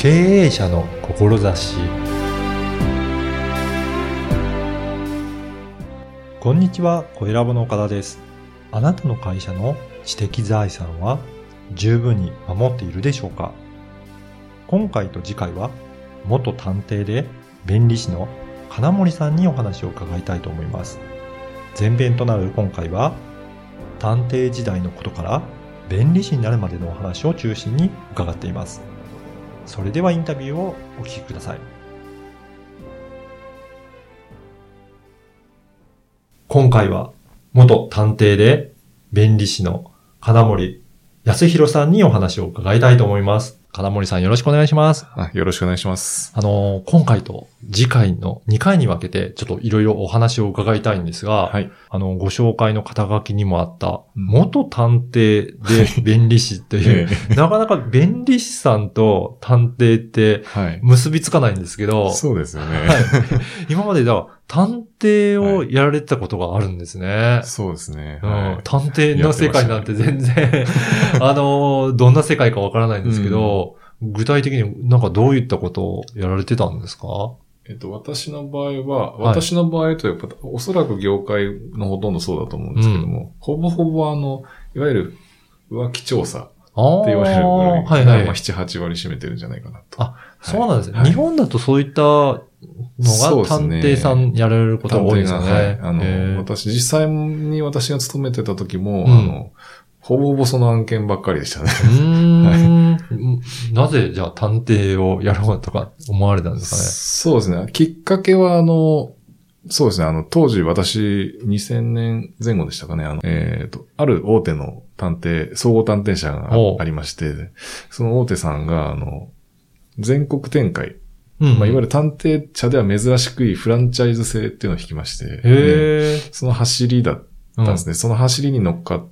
経営者の志。こんにちは、小ラボの岡田です。あなたの会社の知的財産は十分に守っているでしょうか？今回と次回は元探偵で弁理士の金森さんにお話を伺いたいと思います。前編となる今回は探偵時代のことから弁理士になるまでのお話を中心に伺っています。それではインタビューをお聞きください。今回は元探偵で弁理士の金森康弘さんにお話を伺いたいと思います。金森さんよろしくお願いします。 よろしくお願いします。 今回と次回の2回に分けてちょっといろいろお話を伺いたいんですが、はい、ご紹介の肩書きにもあった元探偵で弁理士っていう、なかなか弁理士さんと探偵って結びつかないんですけど、 はい、そうですよね。 はい、今まで探偵をやられてたことがあるんですね。 そうですね。 探偵の世界なんて全然、どんな世界かわからないんですけど、具体的になんかどういったことをやられてたんですか？ 私の場合は、私の場合とやっぱ、おそらく業界のほとんどそうだと思うんですけども、ほぼほぼいわゆる浮気調査って言われるぐらい、はいはい、7、8割占めてるんじゃないかなと。 あ、そうなんですね。日本だとそういったのが探偵さんやられることが多いですよね。 私、実際に私が勤めてた時も、ほぼほぼその案件ばっかりでしたね。 なぜじゃあ探偵をやろうとか思われたんですかね？ そうですね。きっかけはそうですね。当時私2000年前後でしたかね。ある大手の総合探偵社がありまして、その大手さんが全国展開、いわゆる探偵社では珍しくフランチャイズ制っていうのを引きまして、その走りだったんですね。その走りに乗っかって、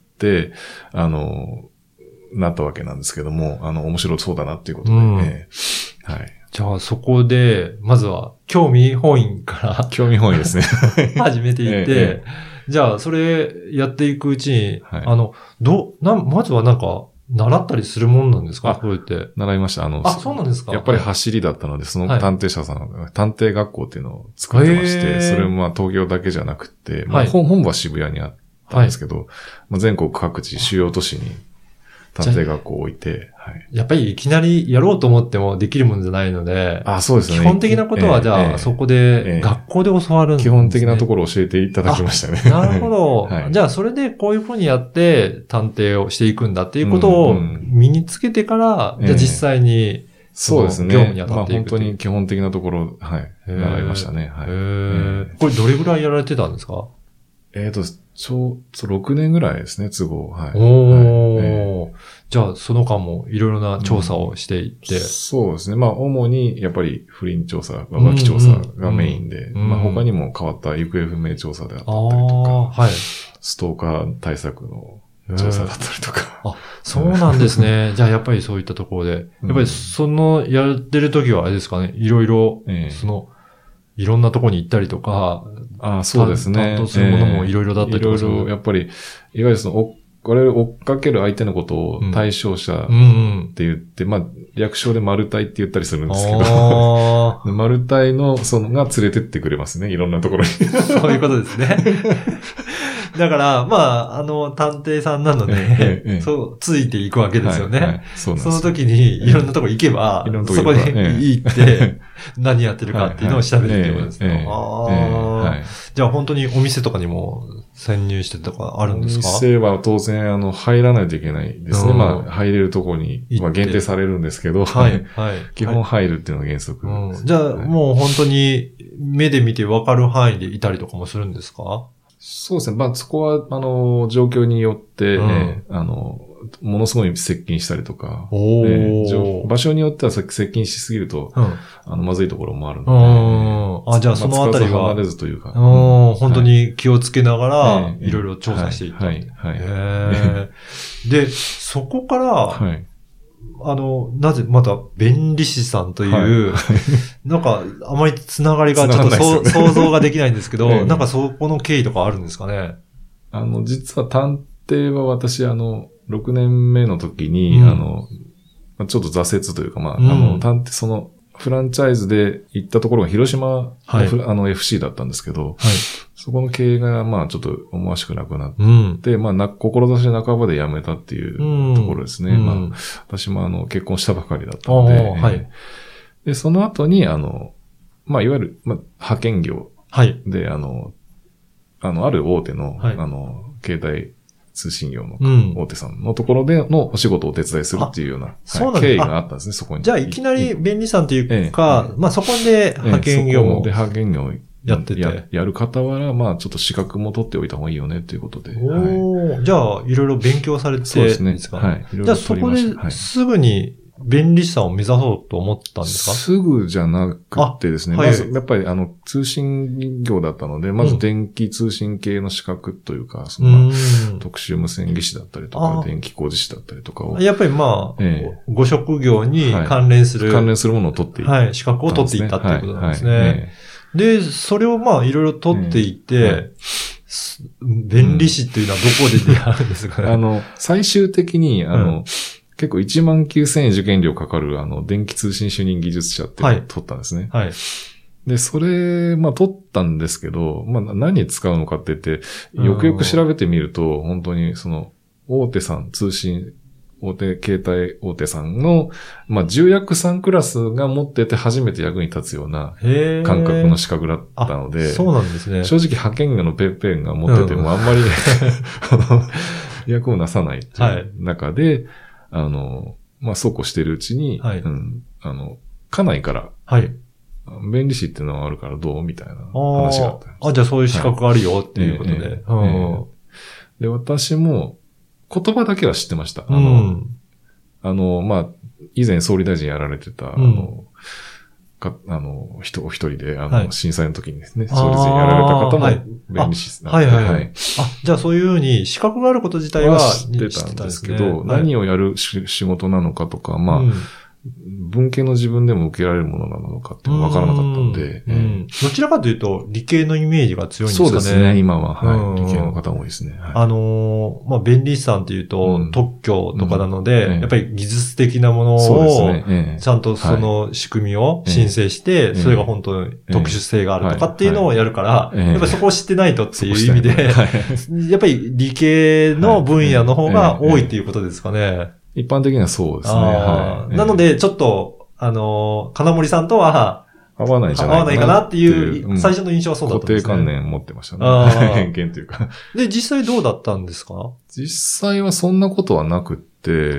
なったわけなんですけども、面白そうだなっていうことで、はい。 じゃあそこで、まずは興味本位から興味本位ですね。 始めていって、じゃあそれやっていくうちに、まずはなんか、習ったりするもんなんですか？こうやって。 習いました。 そうなんですか？ やっぱり走りだったので、その探偵社さんが、探偵学校っていうのを作ってまして、それも東京だけじゃなくて、本部は渋谷にあったんですけど、全国各地主要都市に探偵学校を置いて、 やっぱりいきなりやろうと思ってもできるもんじゃないので、 そうですね。 基本的なことはじゃあ、そこで学校で教わるんですね。 基本的なところを教えていただきましたね。 なるほど。じゃあそれでこういうふうにやって探偵をしていくんだっていうことを身につけてから、じゃあ実際にそうですね。 業務に当たっていく。 本当に基本的なところ、習いましたね。 これどれぐらいやられてたんですか 6年ぐらいですね、都合。 じゃあ、その間もいろいろな調査をしていって。 そうですね。主に、やっぱり不倫調査、浮気調査がメインで、他にも変わった行方不明調査であったりとか、ストーカー対策の調査だったりとか。 そうなんですね。じゃあ、やっぱりそういったところで。やっぱりやってる時はあれですかね、いろいろ、いろんなところに行ったりとか、 そうですね。 担当するものもいろいろだったりとか。 いろいろ、やっぱり、いわゆる我々追っかける相手のことを対象者って言って、略称でマルタイって言ったりするんですけど、マルタイのが連れてってくれますね、いろんなところに。 そういうことですね。だから、探偵さんなので、ついていくわけですよね。その時にいろんなとこ行けば、そこに行って、何やってるかっていうのを調べるってことですね。じゃあ本当にお店とかにも潜入してとかあるんですか？ お店は当然、入らないといけないですね。入れるとこに、限定されるんですけど、基本入るっていうのが原則です。 じゃあもう本当に目で見て分かる範囲でいたりとかもするんですか？ そうですね。そこは、状況によって、ものすごい接近したりとか、場所によっては接近しすぎると、まずいところもあるので、 じゃあそのあたりは、 離れずというか、 本当に気をつけながら、いろいろ調査していった。で、そこから、なぜまた弁理士さんという、なんかあまりつながりがちょっと想像ができないんですけど、なんかそこの経緯とかあるんですかね？ 実は探偵は私6年目の時に、 ちょっと挫折というか、その、フランチャイズで行ったところが広島の、 はい、 FC だったんですけど、 はい、 そこの経営がちょっと思わしくなくなって、志半ばで辞めたっていうところですね。私も私も結婚したばかりだったので、 はい、 で、その後にいわゆる、派遣業で、はい、ある大手の、はい、携帯通信業の大手さんのところでのお仕事をお手伝いするっていうような、経緯があったんですね、そこに。 じゃあ、いきなり便利さんというか、そこで派遣業も。 で派遣業やってて。やる傍ら、ちょっと資格も取っておいた方がいいよね、ということで。 じゃあ、いろいろ勉強されてそうですね。 はい。じゃあ、そこですぐに、弁理士さんを目指そうと思ったんですか？ すぐじゃなくてですね。まず、やっぱり通信業だったので、まず電気通信系の資格というか、特殊無線技師だったりとか、電気工事士だったりとかを。 やっぱりご職業に関連する。 関連するものを取っていった。 はい、資格を取っていったっていうことなんですね。で、それをいろいろ取っていって、弁理士っていうのはどこで出会うんですかね？ 最終的に、結構19,000円受験料かかる電気通信主任技術者っていうのを取ったんですね。はい。で、それ、取ったんですけど、何に使うのかって言って、よくよく調べてみると、本当に大手さん、携帯大手さんの、重役さんクラスが持ってて初めて役に立つような感覚の資格だったので、 そうなんですね。 正直派遣業のペッペンが持っててもあんまり、役をなさないっていう中で、そうこうしてるうちに、はい、家内から、はい。弁理士っていうのがあるからどうみたいな話があった。 じゃあそういう資格があるよっていうことで。 で、私も言葉だけは知ってました。以前総理大臣やられてた、お一人で、震災の時にですね、総理大臣やられた方も弁理士なんで。はい。 じゃあそういうふうに資格があること自体は知ってたんですけど、何をやる仕事なのかとか、文系の自分でも受けられるものなのかってわからなかったので。 どちらかというと理系のイメージが強いんですかね。 そうですね、今は。はい。理系の方多いですね。 弁理士さんっていうと特許とかなので、やっぱり技術的なものを、ちゃんとその仕組みを申請して、それが本当に特殊性があるとかっていうのをやるから、やっぱりそこを知ってないとっていう意味で、やっぱり理系の分野の方が多いっていうことですかね。 一般的にはそうですね。 なので、ちょっと、金森さんとは、 合わないかなっていう、最初の印象はそうだったんですね。 固定観念持ってましたね。偏見というか。 で、実際どうだったんですか？ 実際はそんなことはなくって、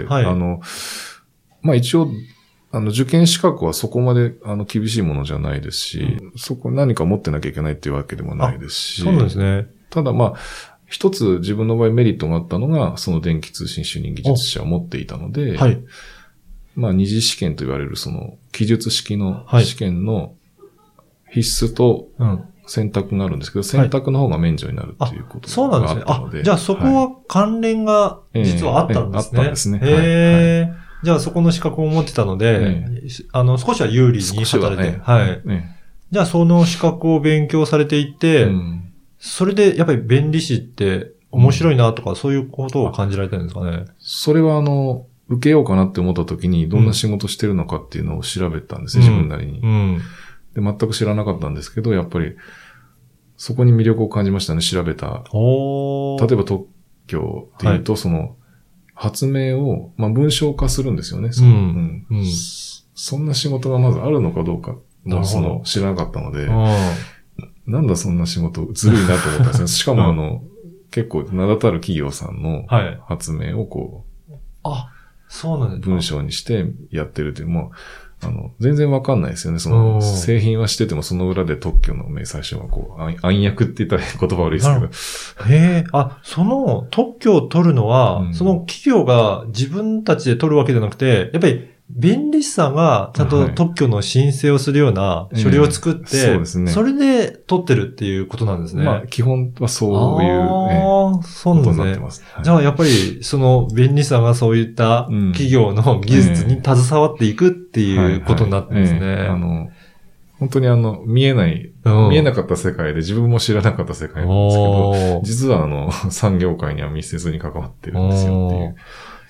一応、受験資格はそこまで、厳しいものじゃないですし、そこ何か持ってなきゃいけないっていうわけでもないですし。 そうなんですね。 ただ一つ自分の場合メリットがあったのが、その電気通信主任技術者を持っていたので、はい。二次試験と言われるその記述式の試験の必須と選択があるんですけど、選択の方が免除になるっていうことがあったので。 じゃあそこは関連が実はあったんですね。 あったんですね。 じゃあそこの資格を持ってたので、少しは有利に働いて、はい。じゃあその資格を勉強されていって、それでやっぱり弁理士って面白いなとかそういうことを感じられたんですかね。 それは受けようかなって思った時にどんな仕事してるのかっていうのを調べたんですね、自分なりに。で、全く知らなかったんですけど、やっぱりそこに魅力を感じましたね、調べた。例えば特許っていうと、その発明を、文章化するんですよね。そんな仕事がまずあるのかどうかも知らなかったので、なんだそんな仕事、ずるいなと思ったんですね。しかも結構名だたる企業さんの発明をそうなんですか。 文章にしてやってるという、全然わかんないですよね。その製品はしててもその裏で特許の最初は暗躍って言ったら言葉悪いですけど。その特許を取るのは、その企業が自分たちで取るわけじゃなくて、やっぱり弁理士さんがちゃんと特許の申請をするような書類を作って、それで取ってるっていうことなんですね。 基本はそういうそうなんですね。じゃあやっぱりその弁理士さんがそういった企業の技術に携わっていくっていうことになってるんですね。 本当に見えなかった世界で自分も知らなかった世界なんですけど、実は産業界には密接に関わってるんですよっていう。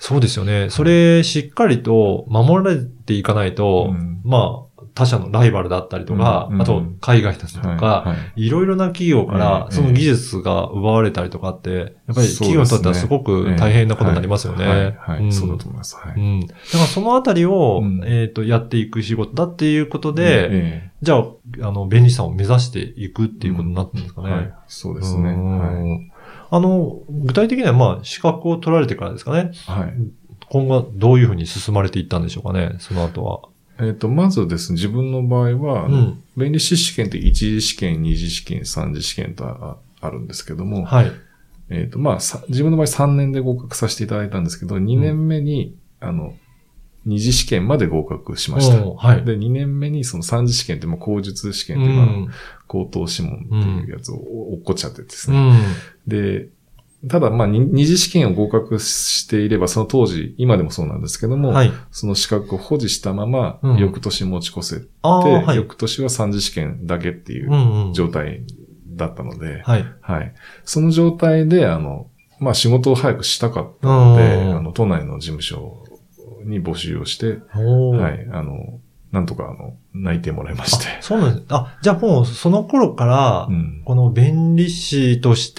そうですよね。それしっかりと守られていかないと、まあ、他社のライバルだったりとか、あと海外だとか、いろいろな企業からその技術が奪われたりとかって、やっぱり企業にとってはすごく大変なことになりますよね。 そうだと思います。だからそのあたりを、やっていく仕事だっていうことで、じゃあ、弁理士さんを目指していくっていうことになったんですかね。 そうですね。 具体的にはまあ、資格を取られてからですかね。今後はどういうふうに進まれていったんでしょうかね、その後は。 まずですね、自分の場合は、弁理士試験って1次試験、2次試験、3次試験とあるんですけども、まあ、自分の場合3年で合格させていただいたんですけど、2年目に、2次試験まで合格しました。で、2年目にその3次試験って口述試験っていう口頭試問っていうやつを落っこっちゃってですね。で、ただ、まあ、二次試験を合格していれば、その当時、今でもそうなんですけども、その資格を保持したまま、翌年持ち越せて、翌年は三次試験だけっていう状態だったので、その状態で、まあ、仕事を早くしたかったので、都内の事務所に募集をして、なんとか内定もらいまして。 そうなんです。じゃあもうその頃から、この弁理士として、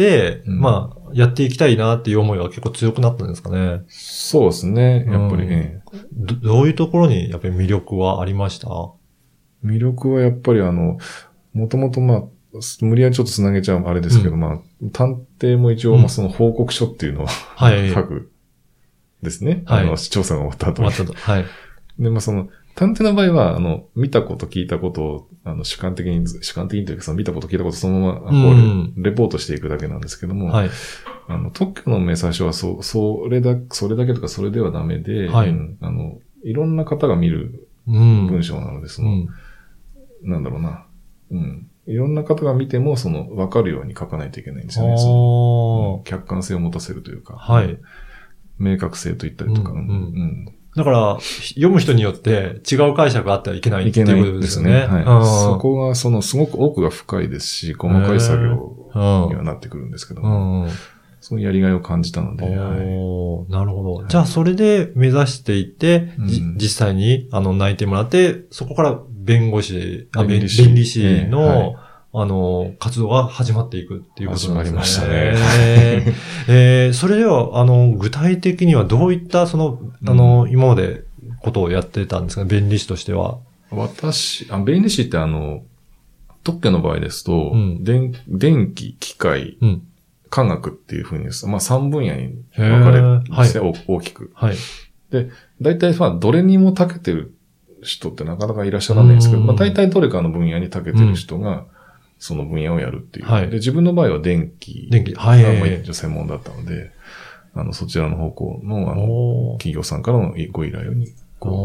まあ、やっていきたいなっていう思いは結構強くなったんですかね。 そうですね。やっぱりね。 どういうところにやっぱり魅力はありました？ 魅力はやっぱりもともとまあ、無理やりちょっとつなげちゃうあれですけど、まあ、探偵も一応、まあその報告書っていうのを書くですね。調査が終わった後に。で、まあその、探偵の場合は、見たこと聞いたことを、主観的にというか、見たこと聞いたことそのまま、レポートしていくだけなんですけども、特許の明細書はそれだけとかそれではダメで、いろんな方が見る文章なので、なんだろうな、いろんな方が見ても、わかるように書かないといけないんですよね。客観性を持たせるというか、明確性といったりとか、 だから、読む人によって違う解釈があってはいけないっていうことですよね。 そこが、すごく奥が深いですし、細かい作業にはなってくるんですけども、そのやりがいを感じたので。なるほど。じゃあ、それで目指していって、実際に、内定もらって、そこから弁理士の、活動が始まっていくっていうことなんですね。 始まりましたね。 それでは、具体的にはどういった、今までことをやってたんですかね、弁理士としては。 弁理士って特許の場合ですと、電気、機械、科学っていうふうに、まあ3分野に分かれるんですね、大きく。で、大体どれにも長けてる人ってなかなかいらっしゃらないんですけど、まあ大体どれかの分野に長けてる人が、その分野をやるっていう。で、自分の場合は電気が一応専門だったので、そちらの方向の、企業さんからのご依頼に、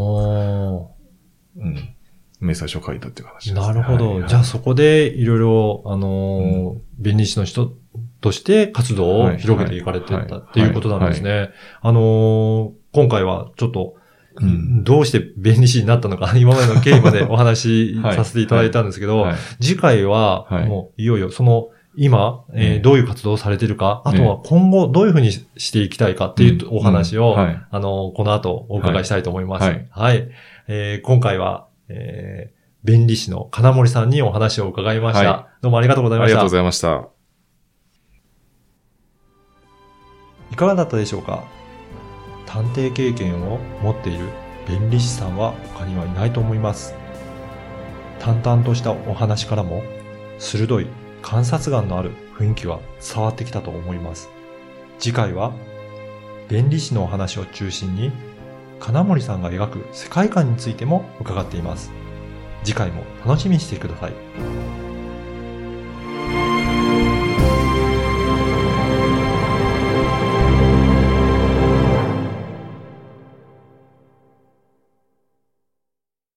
明細書を書いたっていう話ですね。 なるほど。じゃあそこでいろいろ、弁理士の人として活動を広げていかれてたっていうことなんですね。今回はちょっと、どうして弁理士になったのか、今までの経緯までお話しさせていただいたんですけど、次回は、もういよいよ今、どういう活動をされているか、あとは今後どういうふうにしていきたいかっていうお話を、この後お伺いしたいと思います。今回は、弁理士の金森さんにお話を伺いました。どうもありがとうございました。 ありがとうございました。 いかがだったでしょうか？探偵経験を持っている弁理士さんは他にはいないと思います。淡々としたお話からも鋭い観察眼のある雰囲気は伝わってきたと思います。次回は弁理士のお話を中心に金森さんが描く世界観についても伺っています。次回も楽しみにしてください。